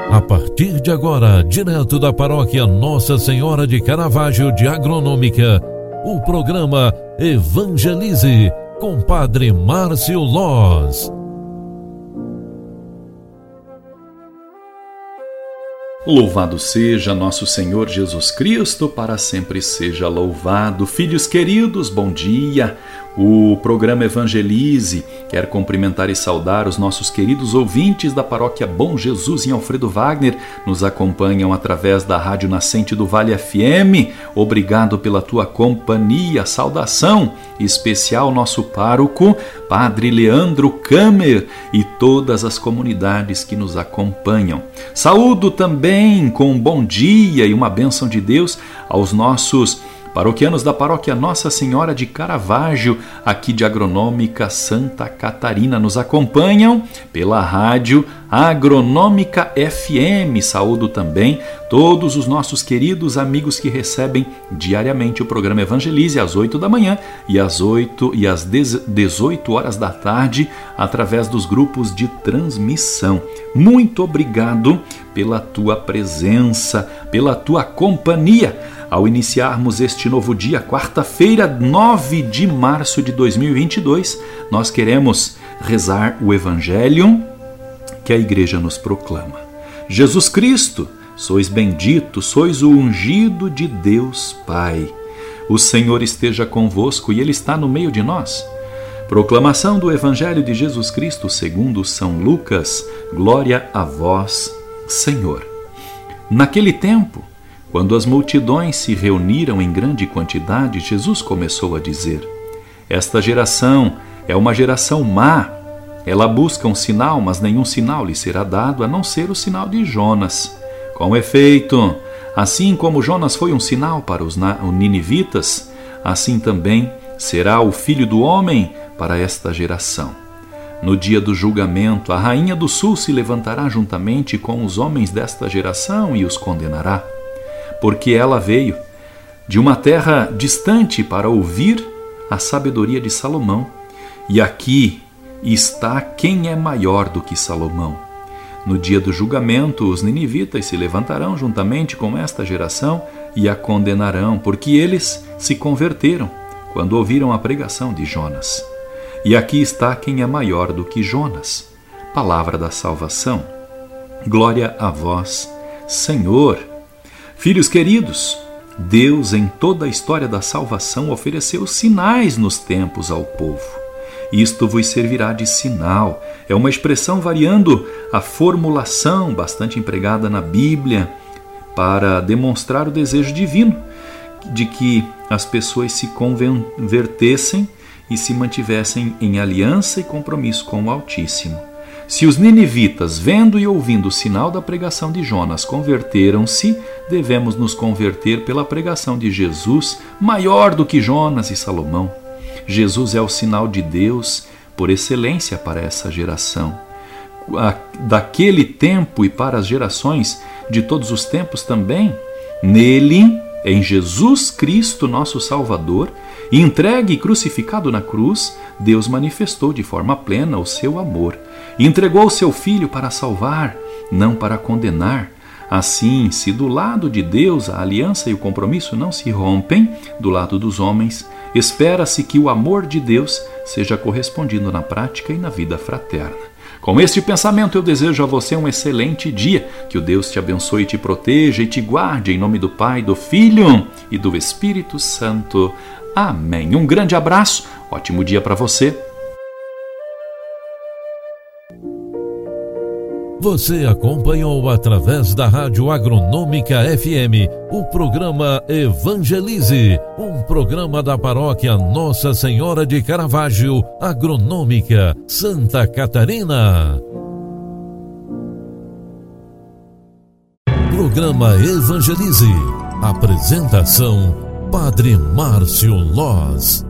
A partir de agora, direto da paróquia Nossa Senhora de Caravaggio de Agronômica, o programa Evangelize com Padre Márcio Loz. Louvado seja nosso Senhor Jesus Cristo, para sempre seja louvado. Filhos queridos, bom dia. O programa Evangelize quer cumprimentar e saudar os nossos queridos ouvintes da paróquia Bom Jesus em Alfredo Wagner. Nos acompanham através da Rádio Nascente do Vale FM. Obrigado pela tua companhia. Saudação especial nosso pároco, Padre Leandro Kamer, e todas as comunidades que nos acompanham. Saúdo também com um bom dia e uma bênção de Deus aos nossos paroquianos da paróquia Nossa Senhora de Caravaggio, aqui de Agronômica Santa Catarina. Nos acompanham pela rádio Agronômica FM. Saúdo também todos os nossos queridos amigos que recebem diariamente o programa Evangelize às 8 da manhã e às 18 horas da tarde, através dos grupos de transmissão. Muito obrigado pela tua presença, pela tua companhia. Ao iniciarmos este novo dia, quarta-feira, 9 de março de 2022, nós queremos rezar o Evangelho que a Igreja nos proclama. Jesus Cristo, sois bendito, sois o ungido de Deus Pai. O Senhor esteja convosco e Ele está no meio de nós. Proclamação do Evangelho de Jesus Cristo segundo São Lucas. Glória a vós, Senhor. Naquele tempo, quando as multidões se reuniram em grande quantidade, Jesus começou a dizer: esta geração é uma geração má. Ela busca um sinal, mas nenhum sinal lhe será dado, a não ser o sinal de Jonas. Com efeito, assim como Jonas foi um sinal para os ninivitas, assim também será o Filho do Homem para esta geração. No dia do julgamento, a rainha do sul se levantará juntamente com os homens desta geração e os condenará, porque ela veio de uma terra distante para ouvir a sabedoria de Salomão. E aqui está quem é maior do que Salomão. No dia do julgamento, os ninivitas se levantarão juntamente com esta geração e a condenarão, porque eles se converteram quando ouviram a pregação de Jonas. E aqui está quem é maior do que Jonas. Palavra da salvação. Glória a vós, Senhor. Filhos queridos, Deus, em toda a história da salvação, ofereceu sinais nos tempos ao povo. Isto vos servirá de sinal. É uma expressão variando a formulação, bastante empregada na Bíblia, para demonstrar o desejo divino de que as pessoas se convertessem e se mantivessem em aliança e compromisso com o Altíssimo. Se os ninivitas, vendo e ouvindo o sinal da pregação de Jonas, converteram-se, devemos nos converter pela pregação de Jesus, maior do que Jonas e Salomão. Jesus é o sinal de Deus por excelência para essa geração. Daquele tempo e para as gerações de todos os tempos também, nele, em Jesus Cristo, nosso Salvador, entregue e crucificado na cruz, Deus manifestou de forma plena o seu amor. Entregou o seu Filho para salvar, não para condenar. Assim, se do lado de Deus a aliança e o compromisso não se rompem, do lado dos homens, espera-se que o amor de Deus seja correspondido na prática e na vida fraterna. Com este pensamento eu desejo a você um excelente dia, que o Deus te abençoe, te proteja e te guarde, em nome do Pai, do Filho e do Espírito Santo. Amém. Um grande abraço, ótimo dia para você. Você acompanhou através da Rádio Agronômica FM o programa Evangelize, um programa da paróquia Nossa Senhora de Caravaggio, Agronômica, Santa Catarina. Programa Evangelize. Apresentação: Padre Márcio Loz.